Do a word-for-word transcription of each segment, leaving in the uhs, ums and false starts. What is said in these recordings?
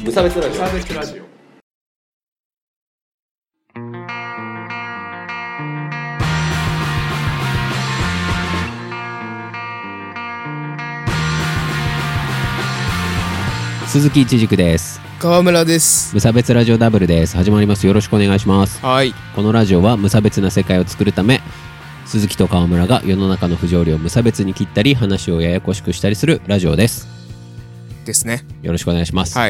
無差別ラジオ。 無差別ラジオ。 鈴木一軸です。 川村です。 無差別ラジオダブルです。始まります。よろしくお願いします。 はい。 このラジオは無差別な世界を作るため、鈴木と川村が世の中の不条理を無差別に切ったり、話をややこしくしたりするラジオです。 ですね。 よろしくお願いします。 はい。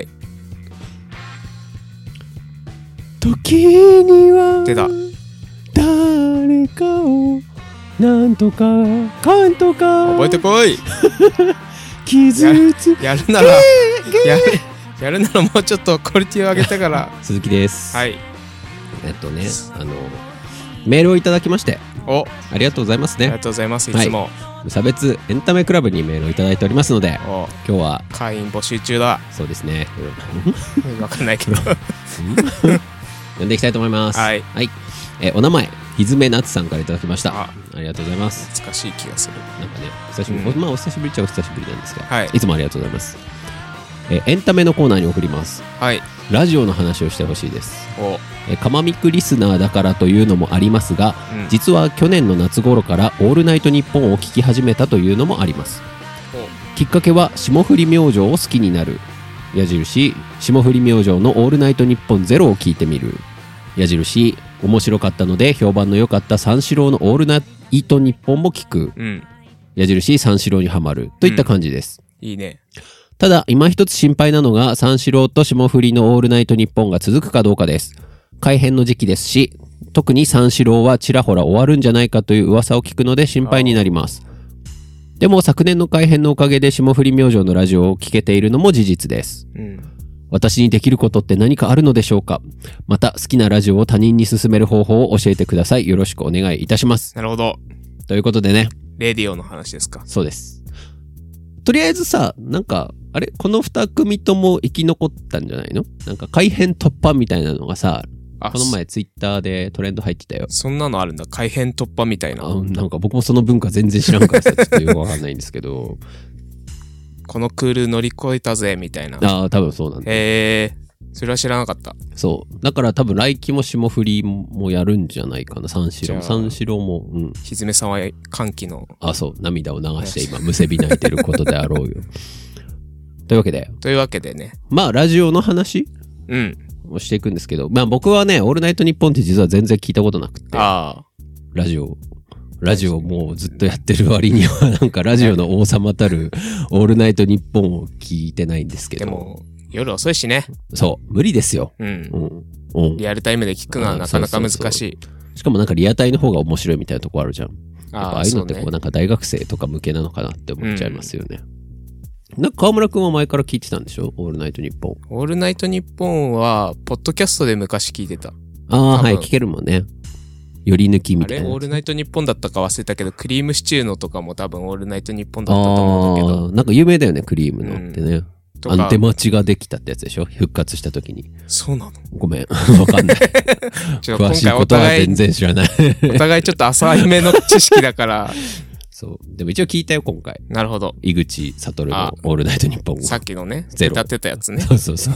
時には出た。 誰かをなんとかかんとか覚えてこい。 傷つやるならやるやるならもうちょっとクオリティを上げてから鈴木です。 はい。 えっとねあのメールをいただきましておありがとうございますね。 ありがとうございます。いつも、はい、 無差別エンタメクラブにメールをいただいておりますので、 お今日は会員募集中だ。 そうですねわかんないけど呼んでいきたいと思います。 はい、 はい。えお名前ひずめなつさんからいただきました。 あ, ありがとうございます。 懐かしい気がする。 なんかね久しぶり、うん、まあお久しぶりっちゃお久しぶりなんですが、 はい、 いつもありがとうございます。えエンタメのコーナーに送ります。 はい。 ラジオの話をしてほしいです。 おえカマミクリスナーだからというのもありますが、 うん、 実は去年の夏頃からオールナイトニッポンを聞き始めたというのもあります。きっかけは霜降り明星を好きになる矢印、霜降り明星のオールナイトニッポンゼロを聞いてみる矢印、面白かったので評判の良かった三四郎のオールナイトニッポンも聞く、 うん、 矢印、三四郎にハマるといった感じです、 うん、いいね。 ただ今一つ心配なのが三四郎と霜降りのオールナイトニッポンが続くかどうかです。改編の時期ですし、特に三四郎はちらほら終わるんじゃないかという噂を聞くので心配になります。でも昨年の改編のおかげで霜降り明星のラジオを聞けているのも事実です、うん、私にできることって何かあるのでしょうか。また好きなラジオを他人に勧める方法を教えてください。よろしくお願いいたします。 なるほど。 ということでね、 レディオの話ですか。 そうです。とりあえずさ、なんかあれこの二組とも生き残ったんじゃないの？なんか改編突破みたいなのがさ、この前ツイッターでトレンド入ってたよ。 そんなのあるんだ。改編突破みたいな。 あ、なんか僕もその文化全然知らんからさ、ちょっとよくわかんないんですけどこのクール乗り越えたぜみたいな。 ああ、多分そうなんだ。 へえー、それは知らなかった。 そうだから多分来期も霜降りもやるんじゃないかな。三四郎三四郎も、うん、 ひずめさんは歓喜の、 あ、そう、涙を流して今むせび泣いてることであろうよというわけでというわけでね、 まあラジオの話うんをしていくんですけど、まあ僕はねオールナイトニッポンって実は全然聞いたことなくて、 あラジオラジオもうずっとやってる割にはなんかラジオの王様たるオールナイトニッポンを聞いてないんですけど、 でも夜遅いしね。 そう無理ですよ、 うんうんうん、リアルタイムで聞くのはなかなか難しい。そうそうそう、 しかもなんかリアタイの方が面白いみたいなとこあるじゃん。 あああいうのってこうなんか大学生とか向けなのかなって思っちゃいますよね、うん、なんか川村くんは前から聞いてたんでしょオールナイトニッポン。 オールナイトニッポンはポッドキャストで昔聞いてた。 ああはい、聞けるもんね。寄り抜きみたいな。 あれオールナイトニッポンだったか忘れたけど、クリームシチューのとかも多分オールナイトニッポンだったと思うんだけど。 あなんか有名だよねクリームのってね、うんとかあの出待ちができたってやつでしょ復活した時に。 そうなの？ ごめんわかんないちょっと詳しいことは全然知らないお互いちょっと浅いめの知識だからそうでも一応聞いたよ今回。 なるほど。 井口悟のオールナイトニッポン。 さっきのねゼロ歌ってたやつね。 そうそうそう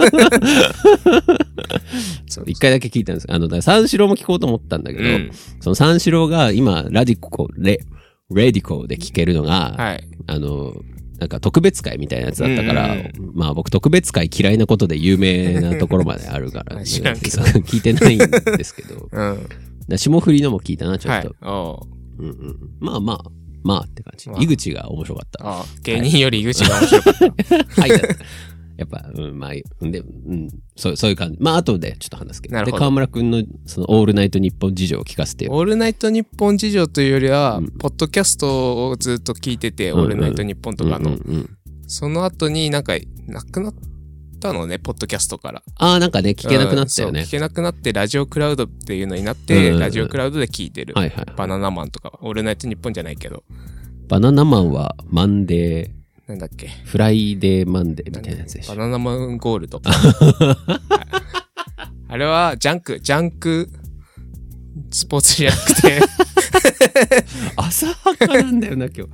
一回だけ聞いたんです。あの三四郎も聞こうと思ったんだけど、うん、その三四郎が今ラディコレレディコで聞けるのが、 はい、 あのなんか特別会みたいなやつだったから、 うんうん、 まあ僕特別会嫌いなことで有名なところまであるから、ね、 知らんけど聞いてないんですけど、 うん、 だ霜降りのも聞いたなちょっと、 はい、 うんうん、まあまあまあって感じ、まあ、井口が面白かった。 あ芸人より井口が面白かったはいやっぱ、うん、まあ、で、うん、そう、そういう感じ。まあ、後でちょっと話すけど。で、川村くんの、その、オールナイトニッポン事情を聞かせてよ。 オールナイトニッポン事情というよりは、うん、ポッドキャストをずっと聞いてて、うんうん、オールナイトニッポンとかの、うんうんうん、その後になんか、なくなったのね、ポッドキャストから。 ああ、なんかね、聞けなくなったよね、 うん。そう、聞けなくなって、ラジオクラウドっていうのになって、うんうん、ラジオクラウドで聞いてる。 はいはい。 バナナマンとか、オールナイトニッポンじゃないけど。 バナナマンは、マンデー。 なんだっけフライデーマンデーみたいなやつでしょ。 バナナマンゴールドあれはジャンクジャンクスポーツじゃなくて浅はかなんだよな今日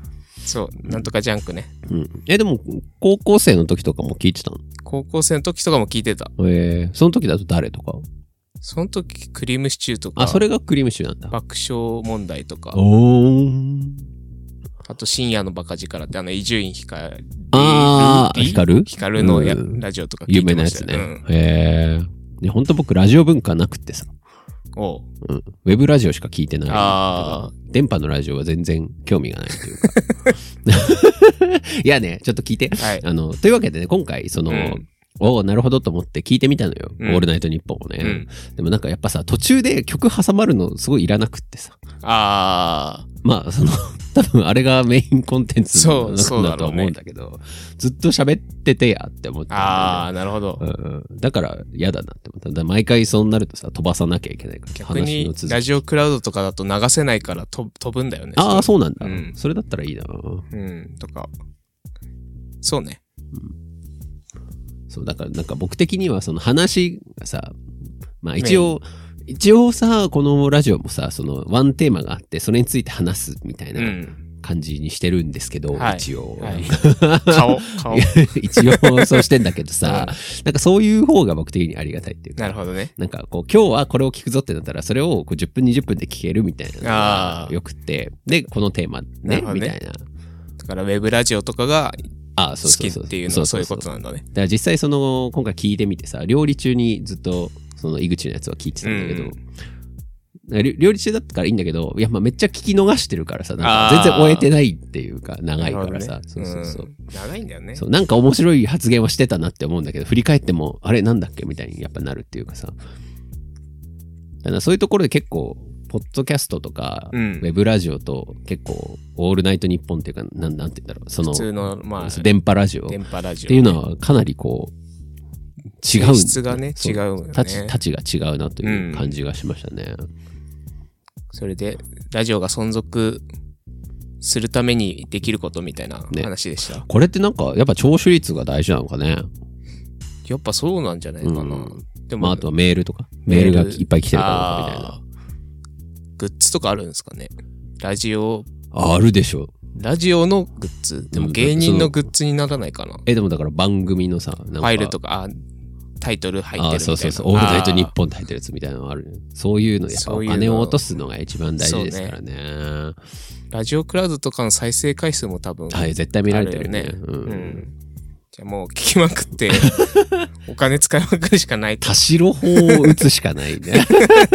そう、なんとかジャンクね。 うん。え、でも、高校生の時とかも聞いてたの？ 高校生の時とかも聞いてた。 えー、その時だと誰とか？ その時、クリームシチューとか。 あ、それがクリームシチューなんだ。 爆笑問題とか。 おー。 あと、深夜のバカ力って、あの、伊集院光。 あー、光る光るのや、うん、ラジオとか聞いてましたよ。 有名なやつね。うん、へー。ほんと僕、ラジオ文化なくってさ。 おう。 うん。ウェブラジオしか聞いてない。 ああ。 電波のラジオは全然興味がないというか。いやね、ちょっと聞いて。はい。あの、というわけでね、今回、その、うん、おー、なるほどと思って聞いてみたのよ。うん、オールナイトニッポンをね、うん。でもなんかやっぱさ、途中で曲挟まるのすごいいらなくってさ。 ああ。 まあ、その、多分あれがメインコンテンツなんだと思うんだけど、ね、ずっと喋っててやって思って、ね。 ああ、なるほど、 うん。だから嫌だなって思った。だ毎回そうなるとさ、飛ばさなきゃいけないから。 逆にラジオクラウドとかだと流せないから飛ぶんだよね。 ああ、そうなんだ、うん。それだったらいいな。 うん、とか。そうね。 うん、そう、だからなんか僕的にはその話がさ、まあ一応、一応さ、このラジオもさ、そのワンテーマがあって、それについて話すみたいな感じにしてるんですけど、うん、一応。はいはい、顔、顔。一応そうしてんだけどさ、うん、なんかそういう方が僕的にありがたいっていうか。 なるほどね。 なんかこう、今日はこれを聞くぞってなったら、それをこうじゅっぷん、にじゅっぷんで聞けるみたいなのがよくって、で、このテーマね、ねみたいな。 だからウェブラジオとかが、好きっていうのはそういうことなんだね。 だから実際その、今回聞いてみてさ、料理中にずっと、その井口のやつは聞いてたんだけど、うん、料理中だったからいいんだけど、いや、まあめっちゃ聞き逃してるからさ、なんか全然終えてないっていうか、長いからさ、ね、そうそうそう、うん。 長いんだよね。 そう、なんか面白い発言はしてたなって思うんだけど、振り返っても、あれなんだっけみたいにやっぱなるっていうかさ。だからそういうところで結構、ポッドキャストとか、うん、ウェブラジオと結構、オールナイトニッポンっていうか、なん、なんて言うんだろう、その、 普通の、まあ、 電波ラジオ。 電波ラジオ、 ね。っていうのはかなりこう、違う。 質がね、違うよね。 立ち、立ちが違うなという感じがしましたね。うん、 それで、ラジオが存続するためにできることみたいな話でした。 ね、これってなんか、やっぱ聴取率が大事なのかね。 やっぱそうなんじゃないかな。うん、 でも、まあ、あとはメールとか。メールがいっぱい来てるからみたいな。 グッズとかあるんですかね。ラジオ。 あるでしょ。 ラジオのグッズでも芸人のグッズにならないかな。 え、でもだから番組のさ、なんかファイルとか、あ、タイトル入ってるみたいな。あ、 そうそうそう。オールナイトニッポンって入ってるやつみたいなのがある、ね。そういうのやっぱお金を落とすのが一番大事ですからね。ね、 ラジオクラウドとかの再生回数も多分、 はい、絶対見られてるよね。うん。うん、 じゃあもう聞きまくって、お金使いまくるしかないと。 田代法を打つしかないね。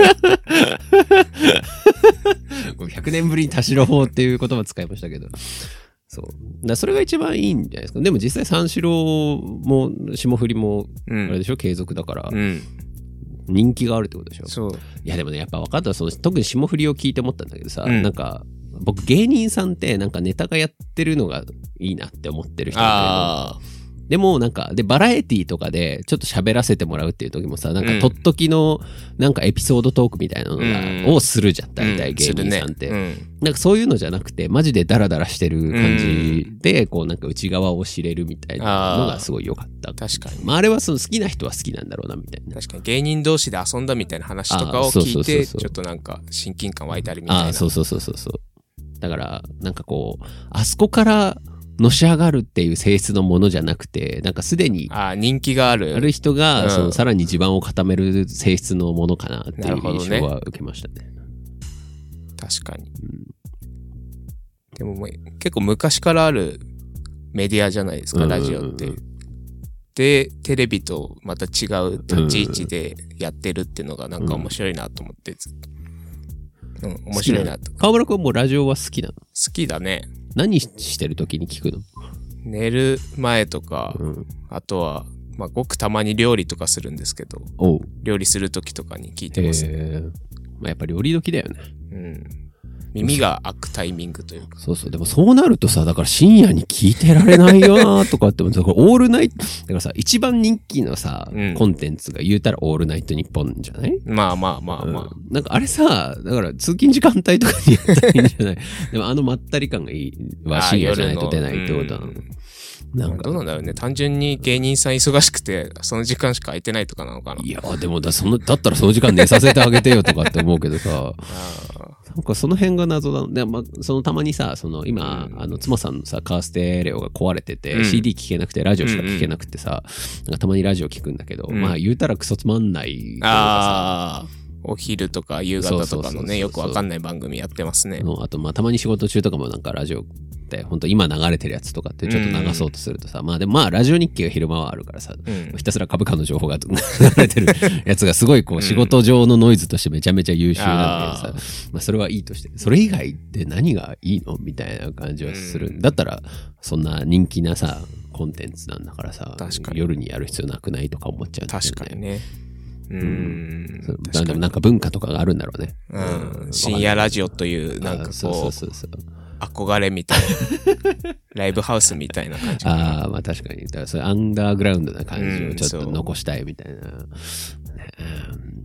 ひゃくねんぶりに田代法っていう言葉使いましたけど。そう。だそれが一番いいんじゃないですか。でも実際三四郎も霜降りも、あれでしょ、うん、継続だから、うん、人気があるってことでしょ。 そう。 いやでもね、やっぱ分かった。その特に霜降りを聞いて思ったんだけどさ、うん、なんか、僕芸人さんってなんかネタがやってるのがいいなって思ってる人だけど、でもなんか、で、バラエティとかでちょっと喋らせてもらうっていう時もさ、なんかとっときのなんかエピソードトークみたいなのが、をするじゃん、大体芸人さんって、うんうんねうん。なんかそういうのじゃなくて、マジでダラダラしてる感じで、こうなんか内側を知れるみたいなのがすごい良かった。 確かに。 まああれはその好きな人は好きなんだろうな、みたいな。 確かに芸人同士で遊んだみたいな話とかを聞いて、ちょっとなんか親近感湧いたりみたいな。 ああ、そうそうそうそうそう。だから、なんかこう、あそこから、のし上がるっていう性質のものじゃなくて、なんかすでに、 あ、人気がある。 ある人が、うん、そのさらに地盤を固める性質のものかなっていう印象は受けましたね。 確かに。うん、でも結構昔からあるメディアじゃないですか、ラジオって。うんうんうん、で、テレビとまた違う立ち位置でやってるっていうのがなんか面白いなと思って、ずっと。うん、面白いなと。 川村くんもラジオは好きなの？ 好きだね。 何してる時に聞くの？ 寝る前とか、うん、あとは、まあ、ごくたまに料理とかするんですけど、料理する時とかに聞いてますね。 えー、まあ、やっぱ料理時だよね。 うん。耳が開くタイミングというか。 そうそう。でもそうなるとさ、だから深夜に聞いてられないよなとかって思って、これオールナイト、だからさ、一番人気のさ、うん、コンテンツが言うたらオールナイトニッポンじゃない？ まあまあまあまあ、 うん。なんかあれさ、だから通勤時間帯とかにやったらいいんじゃない？でもあのまったり感がいいは深夜じゃないと出ないってことなの。 なんかどうなんだろうね。単純に芸人さん忙しくて、その時間しか空いてないとかなのかな。 いや、でもだ、その、だったらその時間寝させてあげてよとかって思うけどさ。 なんかその辺が謎なので、まあ、そのたまにさ、その今、うん、あの妻さんのさカーステレオが壊れてて、うん、シーディー 聴けなくてラジオしか聴けなくてさ、うんうん、なんかたまにラジオ聴くんだけど、うん、まあ言うたらクソつまんないああお昼とか夕方とかのねよくわかんない番組やってますね。 あとまあたまに仕事中とかもなんかラジオって本当今流れてるやつとかってちょっと流そうとするとさ、うん、まあでもまあラジオ日記が昼間はあるからさ、うん、ひたすら株価の情報が流れてるやつがすごいこう仕事上のノイズとしてめちゃめちゃ優秀なんでさ、うん、まあそれはいいとして、それ以外って何がいいのみたいな感じはする、うん、だったらそんな人気なさコンテンツなんだからさ、夜にやる必要なくないとか思っちゃうんだよね。 確かにね。うん。 うん、でもなんか文化とかがあるんだろうね。 うん。深夜ラジオというなんかこう、そうそうそうそう憧れみたいな。ライブハウスみたいな感じ。 ああ、まあ確かに。だからそういうアンダーグラウンドな感じをちょっと残したいみたいな。うん、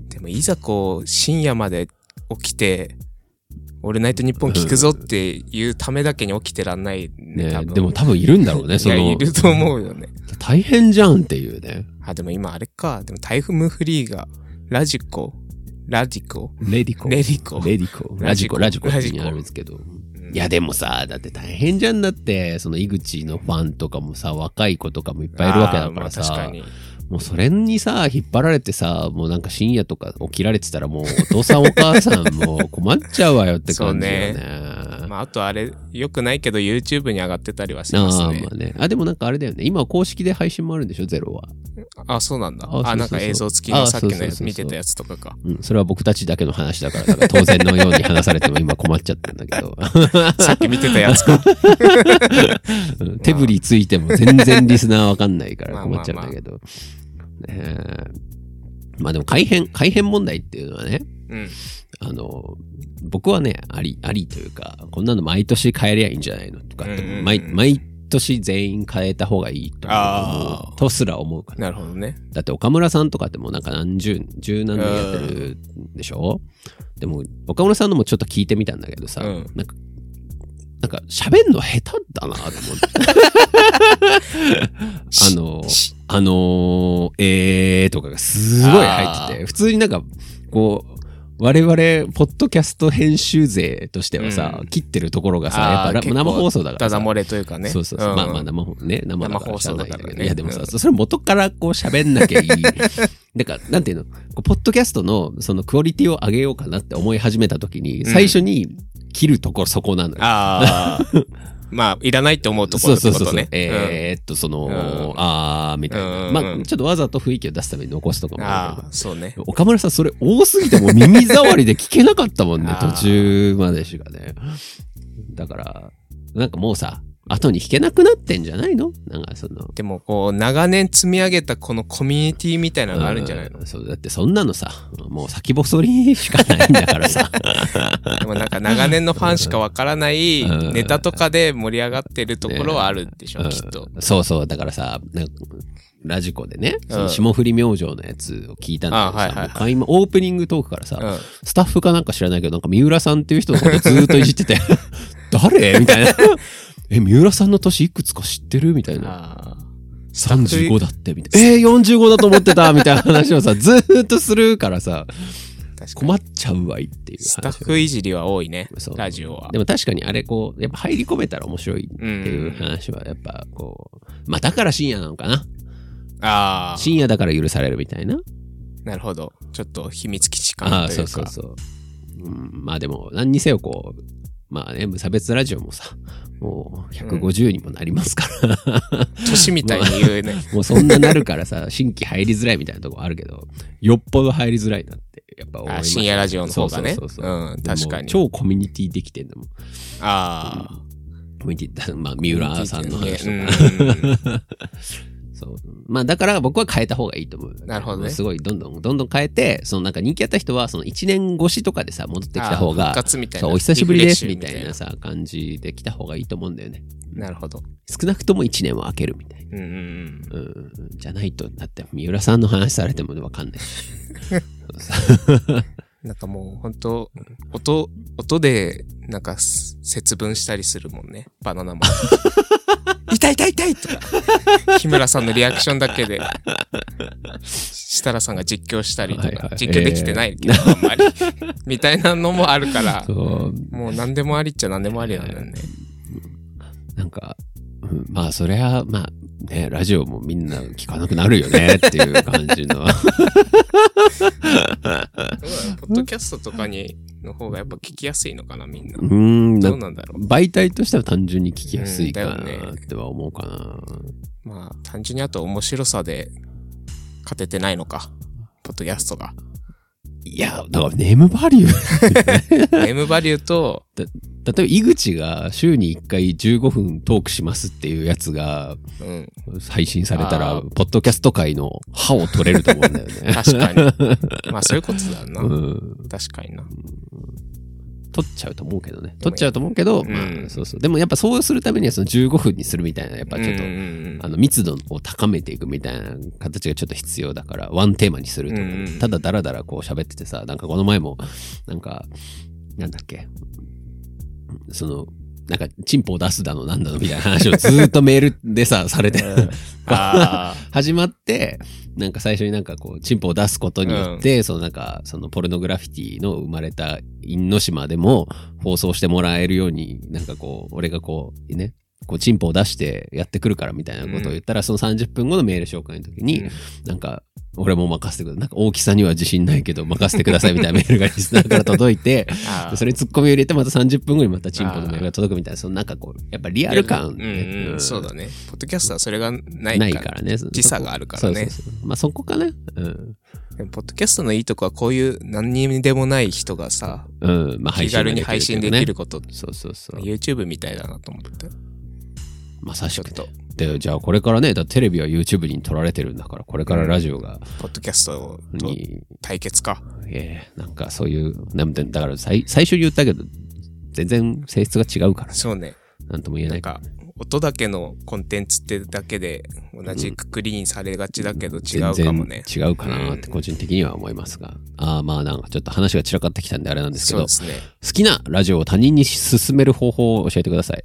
でもいざこう、深夜まで起きて、オールナイトニッポン聞くぞっていうためだけに起きてらんないね。 ねでも多分いるんだろうね、その。 いや、いると思うよね。 大変じゃんっていうね。 あ、でも今あれか。でもタイムフリーが、ラジコラジコレディコレディコレディコラジコラジコってあるんですけど。いやでもさ、だって大変じゃんだって、その井口のファンとかもさ、若い子とかもいっぱいいるわけだからさ。確かに。もうそれにさ、引っ張られてさ、もうなんか深夜とか起きられてたらもうお父さんお母さんもう困っちゃうわよって感じよね。そうね。 まああとあれ、よくないけど YouTube に上がってたりはしますね。 ああ、まあね。あ、でもなんかあれだよね。今公式で配信もあるんでしょ、ゼロは。 あ、そうなんだ。あ、そうそうそう、あ、なんか映像付きのさっきのやつ見てたやつとかか。 うん、それは僕たちだけの話だから、だから当然のように話されても今困っちゃってるんだけど。 さっき見てたやつか。 手振りついても全然リスナーわかんないから困っちゃうんだけど。まあまあまあね、まあでも改変改変問題っていうのはね、うん、あの僕はねありありというか、こんなの毎年変えりゃいいんじゃないのとかって、うんうんうん、毎毎年全員変えた方がいいと思うとすら思うから。 なるほどね。 だって岡村さんとかってもうなんか何十十何年やってるでしょ。でも岡村さんのもちょっと聞いてみたんだけどさ、うん、なんかなんか喋んの下手だなと思ってあのあのー、えーとかがすごい入ってて、普通になんかこう我々ポッドキャスト編集勢としてはさ、うん、切ってるところがさ、やっぱ生放送だからさ、 ダダ漏れというかね。 そうそうそう、うん、まあまあ生ね生生放送だからね。 いやでもさ、うん、それ元からこう喋んなきゃいい。なんかなんていうの、ポッドキャストのそのクオリティを上げようかなって思い始めた時に、最初に切るところそこなのよ。 ああ。まあ、いらないって思うところってことね。そうそうそうそう。 えー、っと、その、うん、あー、みたいな。うん、まあ、ちょっとわざと雰囲気を出すために残すとかもあるけど。 ああ、そうね。 岡村さん、それ多すぎてもう耳障りで聞けなかったもんね、途中までしかね。だから、なんかもうさ、後に弾けなくなってんじゃないの？なんかその。 でもこう、長年積み上げたこのコミュニティみたいなのがあるんじゃないの？ うん、そう、だってそんなのさ、もう先細りしかないんだからさ。 でもなんか長年のファンしかわからないネタとかで盛り上がってるところはあるでしょ、ね、きっと。 そうそう、だからさ、なんかラジコでね、その霜降り明星のやつを聞いたんだけどさ、はいはいはい、今オープニングトークからさ、うん、スタッフかなんか知らないけど、なんか三浦さんっていう人のことずーっといじってて、誰みたいな。え、三浦さんの年いくつか知ってるみたいな。さんじゅうごだって、みたいな。えー、よんじゅうごだと思ってたみたいな話をさ、ずーっとするからさ、困っちゃうわいっていう話。 スタッフいじりは多いね、ラジオは。 でも確かにあれこう、やっぱ入り込めたら面白いっていう話は、やっぱこう、まあだから深夜なのかな。ああ。深夜だから許されるみたいな。 なるほど。ちょっと秘密基地感というか。ああ、そうそうそう。 うん、まあでも、何にせよこう、まあね、無差別ラジオもさ、もうひゃくごじゅうにもなりますから。 年、うん、みたいに言うね。 もうそんななるからさ、新規入りづらいみたいなとこあるけど、よっぽど入りづらいなって、やっぱ思います、ね。 深夜ラジオの方がね。そうそうそうそう。うん、確かに。 超コミュニティできてんだもん。 ああ、 うん。コミュニティ、まあ、三浦さんの話とか。そう。まあだから僕は変えた方がいいと思う。 なるほどね。 すごいどんどんどんどん変えて、そのなんか人気あった人はそのいちねん越しとかでさ、戻ってきた方が、 復活みたいな。 そう、お久しぶりですみたいなさ、感じで来た方がいいと思うんだよね。 なるほど。 少なくともいちねんは空けるみたいな。うんうんうん。うん。じゃないと、だって三浦さんの話されてもわかんないし。 なんかもう本当音、音でなんか節分したりするもんね。バナナも。痛い痛い痛いとか。日村さんのリアクションだけで。設楽さんが実況したりとか。はいはい、実況できてないけど、えー、あんまり。みたいなのもあるから。もう何でもありっちゃ何でもありなんだよね。 なんか、うん、まあそりゃ、まあね、ラジオもみんな聞かなくなるよねっていう感じの。 ポッドキャストとかにの方がやっぱ聞きやすいのかなみんな。 うーん、 どうなんだろう。 媒体としては単純に聞きやすいかなっては思うかな。 うん、まあ単純にあと面白さで勝ててないのか、ポッドキャストが。 いや、だからネームバリュー。 ネームバリューと、 例えば井口が週にいっかいじゅうごふんトークしますっていうやつが配信されたら、うん、ポッドキャスト界の歯を取れると思うんだよね。 確かに。まあそういうことだな。うん、確かにな。 取っちゃうと思うけどね。取っちゃうと思うけど、うん、まあそうそう。でもやっぱそうするためにはそのじゅうごふんにするみたいな、やっぱちょっと、うん、あの密度を高めていくみたいな形がちょっと必要だから、ワンテーマにすると、うん、ただだらだらこう喋っててさ、なんかこの前も、なんか、なんだっけ、その、なんか、チンポを出すだのなんだのみたいな話をずーっとメールでさ、されて、うん、始まって、なんか最初になんかこう、チンポを出すことによって、うん、そのなんか、そのポルノグラフィティの生まれた因島でも放送してもらえるように、なんかこう、俺がこう、ね、こう、チンポを出してやってくるからみたいなことを言ったら、うん、そのさんじゅっぷんごのメール紹介の時に、うん、なんか、俺も任せてください。なんか大きさには自信ないけど任せてくださいみたいなメールがリスナーから届いて、それにツッコミを入れてまたさんじゅっぷんごにまたチンポのメールが届くみたいな、そのなんかこう、やっぱリアル感、ね。 うんうん、そうだね。ポッドキャストはそれがないから。ないからね。時差があるからね。 そうそうそう。まあそこかな。うん。 でもポッドキャストのいいとこはこういう何にでもない人がさ、うん、まあ気軽に配信できること。 そうそうそう。 YouTube みたいだなと思って。 まさしくと。で、じゃあこれからね、だテレビは YouTube に撮られてるんだから、これからラジオが、うん、 ポッドキャストと対決か。 ええー、なんかそういう、だから最最初に言ったけど、全然性質が違うから、ね。 そうね。 なんとも言えないか。 なんか、音だけのコンテンツってだけで同じくくりにされがちだけど違うかもね。 全然違うかなって個人的には思いますが。うん、ああ、まあなんかちょっと話が散らかってきたんであれなんですけど、 そうですね。 好きなラジオを他人に勧める方法を教えてください。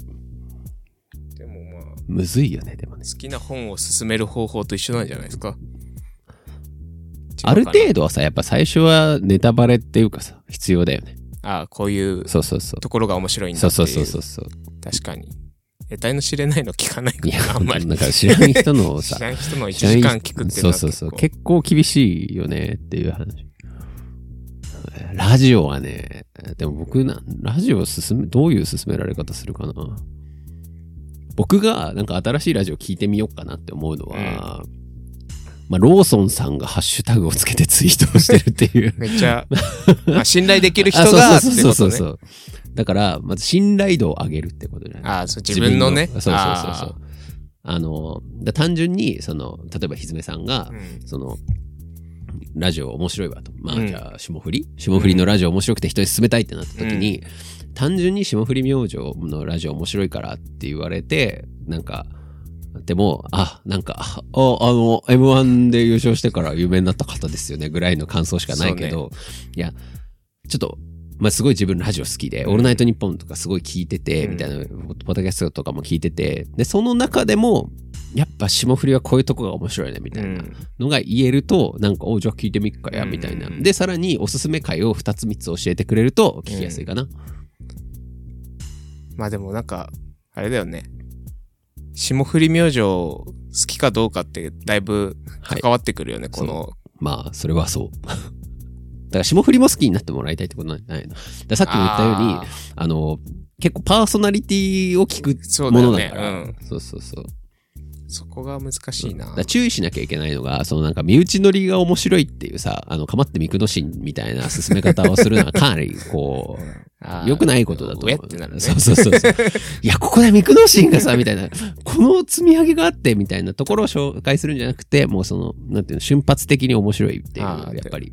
むずいよね、でもね。 好きな本を勧める方法と一緒なんじゃないですか。 ある程度はさ、やっぱ最初はネタバレっていうかさ、必要だよね。 ああ、こういうそうそうそうところが面白いんだっていう。 そうそうそうそう。 確かに。得体の知れないの聞かないから、あんまり。 だから知らん人のさ、 知らん人のいちじかん聞くっていうのはそうそうそう。結構厳しいよねっていう話。ラジオはね、でも僕な、ラジオを進め、どういう進められ方するかな。僕がなんか新しいラジオ聞いてみようかなって思うのは、うん、まあローソンさんがハッシュタグをつけてツイートをしてるっていうめっちゃ、まあ、信頼できる人がってことね。 そうそうそうそう。だからまず信頼度を上げるってことじゃない。 ああ、そう自分のね。 そうそうそうそう。あの単純にその例えばひずめさんが、うん、そのラジオ面白いわと、まあ、うん、じゃあ霜降り霜降りのラジオ面白くて人に勧めたいってなった時に。うん単純に霜降り明星のラジオ面白いからって言われて、なんか、でも、あ、なんか、あ、あの、エムワン で優勝してから有名になった方ですよね、ぐらいの感想しかないけど、ね、いや、ちょっと、まあ、すごい自分のラジオ好きで、うん、オールナイトニッポンとかすごい聞いてて、うん、みたいな、ポッドキャストとかも聞いてて、で、その中でも、やっぱ霜降りはこういうとこが面白いね、みたいなのが言えると、なんか、お、じゃあ聞いてみっかや、みたいな。で、さらにおすすめ回をふたつみっつ教えてくれると聞きやすいかな。うんまあでもなんか、あれだよね。霜降り明星好きかどうかってだいぶ関わってくるよね、はい、この。 まあ、それはそう。だから霜降りも好きになってもらいたいってことないの。ださっきも言ったように、あ, あの、結構パーソナリティを聞くものだから。そうだよね。うん、そうそうそう。 そこが難しいな、うん、 だ注意しなきゃいけないのが、そのなんか身内乗りが面白いっていうさ、あの、かまってみくのしんみたいな進め方をするのはかなりこう、良くないことだと思う。 上ってなるね。 そうそうそうそう。いや、ここでミクノシンがさ、みたいな、この積み上げがあって、みたいなところを紹介するんじゃなくて、もうその、なんていうの、瞬発的に面白いっていう、やっぱり。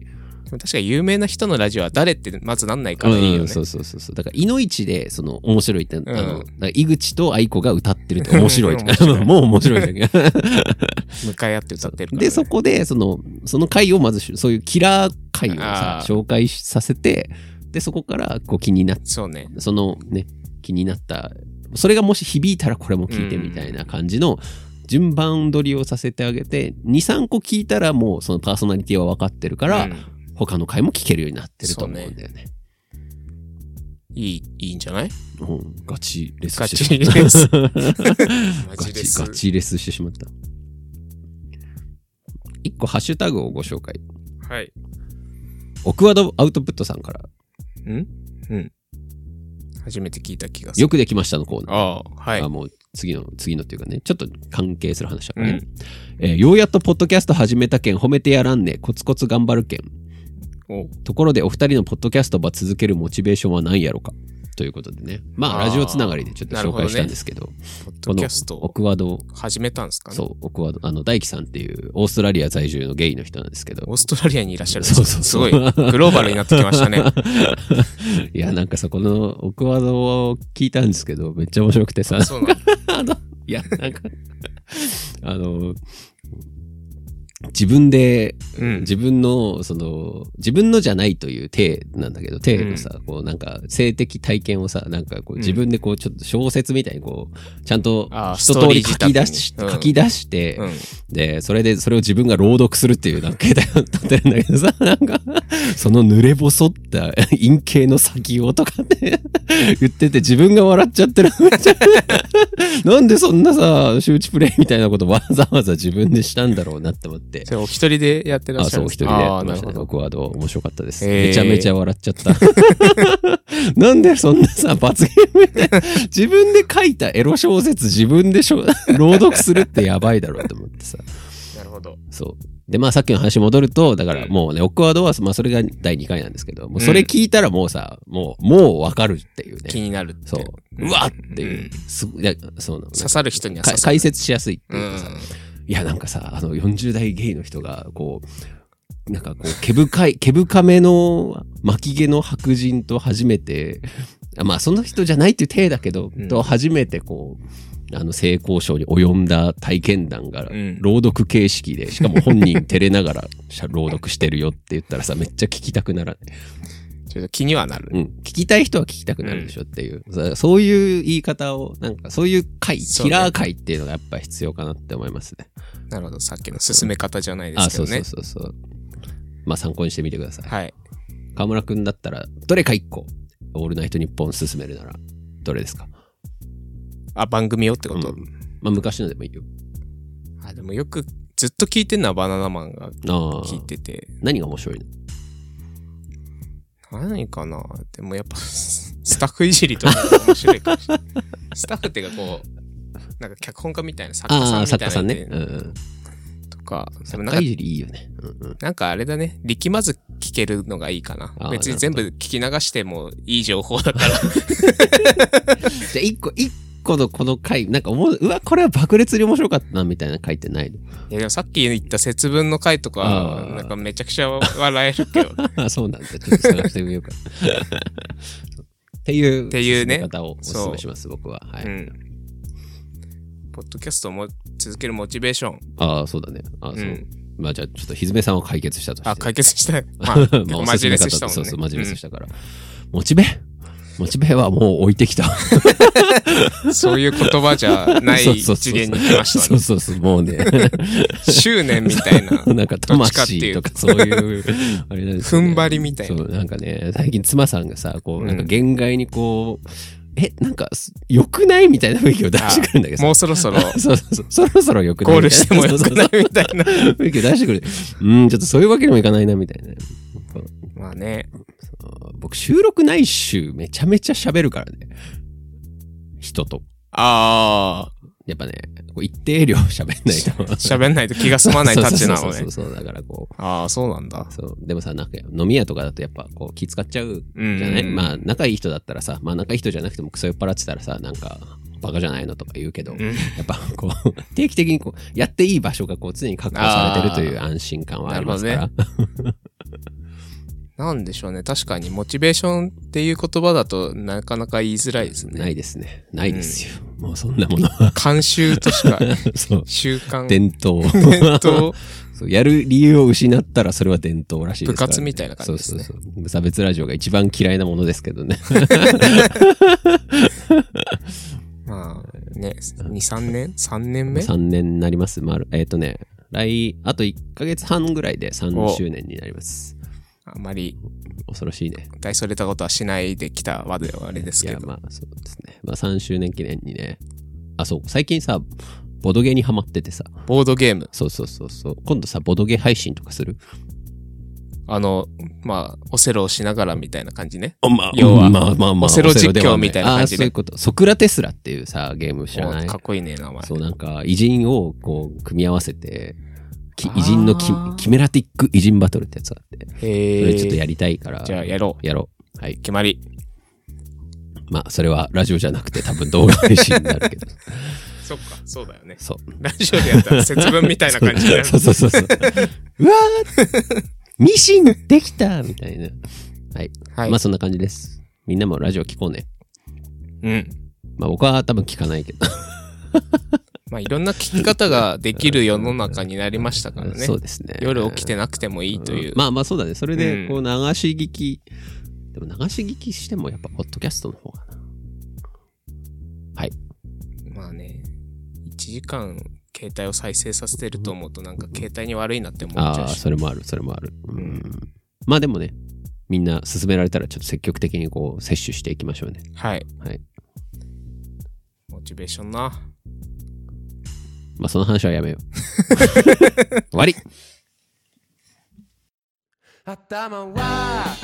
でも確かに有名な人のラジオは誰ってまずなんないからいいよね。 うん、そうそうそうそう。だから、いのいちで、その、面白いって、うん、あの、だから井口と愛子が歌ってるって面白い。面白いもう面白いじゃん。 向かい合って歌ってるから、ね。 で、そこで、その、その回をまず、そういうキラー回をさ、紹介させて、で、そこから、こう気になって、 そうね。 そのね、気になった、それがもし響いたらこれも聞いてみたいな感じの、順番取りをさせてあげて、に、さんこ聞いたらもうそのパーソナリティは分かってるから、うん、他の回も聞けるようになってると思うんだよね。ねいい、いいんじゃない？ うん、ガチレスしてしまった。ガチレス。 ガチ、ガチレスしてしまった。一個ハッシュタグをご紹介。 はい。 オクワードアウトプットさんから。 ん？うん。初めて聞いた気がする。 よくできましたのコーナー。 ああ、はい。 あ、もう次の、次のっていうかね、ちょっと関係する話だからね。うん、えー、ようやっとポッドキャスト始めたけん褒めてやらんね。コツコツ頑張るけん。おところでお二人のポッドキャストば続けるモチベーションは何やろかということでね。まあ、ラジオつながりでちょっと紹介したんですけど。 どね、ポッドキャストオクワード始めたんですかね。 そう、オクワード、あの、大輝さんっていうオーストラリア在住のゲイの人なんですけど。 オーストラリアにいらっしゃるんですか？そうそうそう。すごい、グローバルになってきましたね。 いや、なんかそこのオクワードを聞いたんですけど、めっちゃ面白くてさ。 そうなんだ。 いや、なんか、あの、自分で、うん、自分の、その、自分のじゃないという体なんだけど、体のさ、うん、こうなんか性的体験をさ、なんかこう自分でこうちょっと小説みたいにこう、ちゃんと一通り書き出し、うん、書き出して、うん、で、それでそれを自分が朗読するっていうなんか携帯を取ってるんだけどさ、なんか、その濡れ細った陰茎の先をとかって言ってて自分が笑っちゃってる。なんでそんなさ、周知プレイみたいなことわざわざ自分でしたんだろうなって思って。 それお一人でやってらっしゃるんですか？ あ、そう、お一人でやってましたね。オクワード面白かったです。めちゃめちゃ笑っちゃった。なんでそんなさ、罰ゲームみたいな。自分で書いたエロ小説自分でしょ朗読するってやばいだろうと思ってさ。 なるほど。 そう。で、まあさっきの話戻ると、だからもうね、オクワードは、まあそれがだいにかいなんですけど、もうそれ聞いたらもうさ、もう、もうわかるっていうね。 気になるって。 そう。うわっていう。すいや、そうなの。 刺さる人には刺さる。 解説しやすいっていうかさ。いや、なんかさ、あの、よんじゅう代ゲイの人が、こう、なんかこう、毛深い、毛深めの巻き毛の白人と初めて、まあ、その人じゃないっていう体だけど、うん、と初めてこう、あの、性交渉に及んだ体験談が、朗読形式で、しかも本人照れながら朗読してるよって言ったらさ、めっちゃ聞きたくならない。 ちょっと気にはなる。 うん。聞きたい人は聞きたくなるでしょっていう。うん、そういう言い方を、なんかそういう回、キラー回っていうのがやっぱ必要かなって思いますね。 なるほど。さっきの進め方じゃないですけどね。 あ、そうそうそうそう。まあ参考にしてみてください。 はい。 河村くんだったら、どれか一個、オールナイトニッポン進めるなら、どれですか？ あ、番組をってこと？うん、 まあ昔のでもいいよ。 あ、でもよくずっと聞いてんのはバナナマンが聞いてて。 何が面白いの？ 何かな。でもやっぱスタッフいじりとか面白いかもしれない。スタッフっていうかこうなんか脚本家みたいな作家さんみたいな、 作家さんね、うんうん、 とか、 作家いじりいいよね、 うんうん、なんかあれだね、力まず聞けるのがいいかな。別に全部聞き流してもいい情報だから。 じゃあ一個一個のこの回なんか思う、うわこれは爆裂に面白かったなみたいな回ってないの？ いやでもさっき言った節分の回とかなんかめちゃくちゃ笑えるけど、ね。 あ、そうなんだ。ちょっと探してみようか。っていうっていうね方をお勧めします、僕は。はい。うん、 ポッドキャストをも続けるモチベーション。 ああ、そうだね。ああ、そう。うん、まあじゃあちょっとひずめさんを解決したとして。 あ、解決した。まあ、まあ、マジレスしたもんね。 そうそう、マジレスしたから。うん、モチベモチベはもう置いてきた。 そういう言葉じゃない次元に来ましたね。 そうそうそう、もうね。 執念みたいな。 なんか魂とかそういう、あれなんですね。踏ん張りみたいな。 そう、なんかね、最近妻さんがさ、こう、なんか限界にこう、え、なんか、良くないみたいな雰囲気を出してくるんだけど。 もうそろそろ。 そうそうそう。そろそろ良くない。 ゴールしても良くないみたいな。 雰囲気を出してくる。うん、ちょっとそういうわけにもいかないな、みたいな。 まあね。 僕、収録ない週めちゃめちゃ喋るからね。人と。 ああ。 やっぱね、こう一定量喋んないと。 喋んないと気が済まないタッチなのね。 そうそうそう。だからこう。 ああ、そうなんだ。 そう。でもさ、なんか飲み屋とかだとやっぱこう気使っちゃうじゃない？まあ仲いい人だったらさ、まあ仲いい人じゃなくてもクソ酔っ払ってたらさ、なんかバカじゃないのとか言うけど、うん、やっぱこう定期的にこうやっていい場所がこう常に確保されてるという安心感はありますから。ね、 なんでしょうね。確かにモチベーションっていう言葉だとなかなか言いづらいですね。 ないですね。ないですよ。うん、もうそんなものは。 慣習としか。 そう。 習慣。 伝統。 伝統。 そうやる理由を失ったらそれは伝統らしいですから、ね。 部活みたいな感じですね。 そうそうそう。無差別ラジオが一番嫌いなものですけどね。 まあね、に、さんねん ?さん 年目 ?さん 年になります。まる、えっ、ー、とね、来、あといっかげつはんぐらいでさんしゅうねんになります。 あまり、 恐ろしいね。 大それたことはしないできたわではあれですけど。 いや、まあそうですね。まあさんしゅうねん記念にね。あ、そう、最近さ、ボドゲにハマっててさ。 ボードゲーム。 そうそうそうそう。今度さ、ボドゲ配信とかする？ あの、まあ、オセロをしながらみたいな感じね。 まあ、 要は、 まあまあまあ、 オセロ実況みたいな感じで。 あ、そういうこと。ソクラテスラっていうさ、ゲーム知らない？ かっこいいね、名前。 そう、なんか、偉人をこう、組み合わせて、偉人のキキメラティック偉人バトルってやつがあって。 へそれちょっとやりたいから。 じゃあ、やろう。やろう。はい。 決まり。 まあ、それはラジオじゃなくて多分動画配信になるけど。 そっか、そうだよね。 そう。 ラジオでやったら節分みたいな感じになる。 そうそうそうそう。うわーミシンできたみたいな。はい。はい。まあそんな感じです。みんなもラジオ聞こうね。 うん。 まあ僕は多分聞かないけど。 まあいろんな聞き方ができる世の中になりましたからね。 そうですね。 夜起きてなくてもいいという。 うん、まあまあそうだね。それでこう流し聞き、うん、でも流し聞きしてもやっぱポッドキャストの方がな。はい。 まあね。いちじかん携帯を再生させてると思うとなんか携帯に悪いなって思っちゃうし。 ああ、それもある、それもある。うん。まあでもね、みんな勧められたらちょっと積極的にこう摂取していきましょうね。 はい。 はい。 モチベーションな。 まあその話はやめよう。終わり。頭は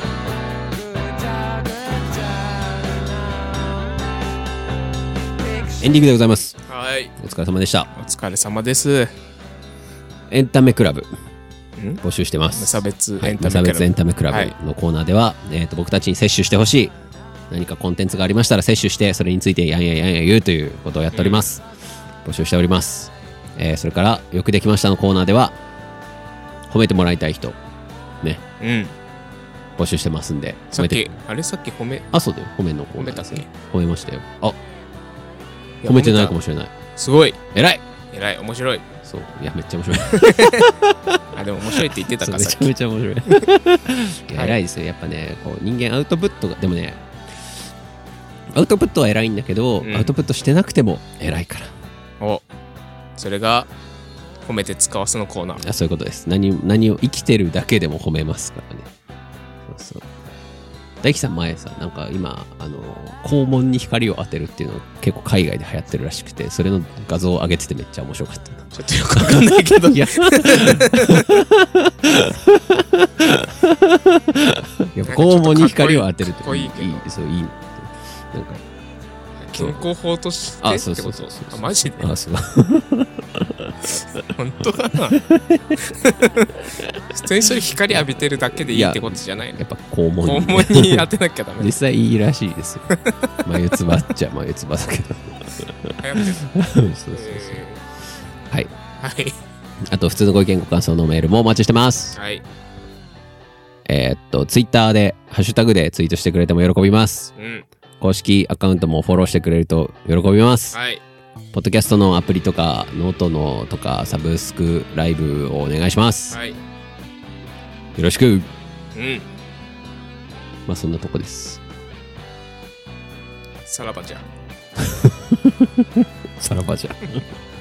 エンディングでございます。 はい。 お疲れ様でした。 お疲れ様です。 エンタメクラブ募集してます。 無差別エンタメクラブ、はい、無差別エンタメクラブのコーナーでは、はい、えーと僕たちに摂取してほしい何かコンテンツがありましたら摂取してそれについてやんややんや言うということをやっております。うん、募集しております。えー、それからよくできましたのコーナーでは褒めてもらいたい人ね。 うん。 募集してますんで。 さっきあれさっき褒めあそうだよ褒めのコーナーですね。褒めましたよ。あ褒めてないかもしれない。 すごい偉い偉い面白い。 そういやめっちゃ面白いあでも面白いって言ってたからめちゃめちゃ面白いいや偉いですよやっぱねこう人間アウトプットがでもねアウトプットは偉いんだけど、うん、アウトプットしてなくても偉いからおそれが褒めて使わすのコーナー。 あそういうことです。何何を生きてるだけでも褒めますからね。そうそう大樹さん前さなんか今あの肛門に光を当てるっていうの結構海外で流行ってるらしくてそれの画像を上げててめっちゃ面白かった。 ちょっとよくわかんないけどいややっぱ肛門に光を当てるってかっこいいけどいいそういいなんか健康法としてってこと。 あそうそうそうそうあマジであそう本当かな普通にそれ光浴びてるだけでいいってことじゃないの。 やっぱ肛門に肛門に当てなきゃダメ実際いいらしいですよ眉唾っちゃ眉唾だけど流行ってるそうそうそうそう、えー、はいはいあと普通のご意見ご感想のメールもお待ちしてます。 はいえー、っとツイッターでハッシュタグでツイートしてくれても喜びます。 うん公式アカウントもフォローしてくれると喜びます。 はい。 ポッドキャストのアプリとかノートのとかサブスクライブをお願いします。 はい。 よろしく。 うん。 まあそんなとこです。 さらばじゃ。 さらばじゃ。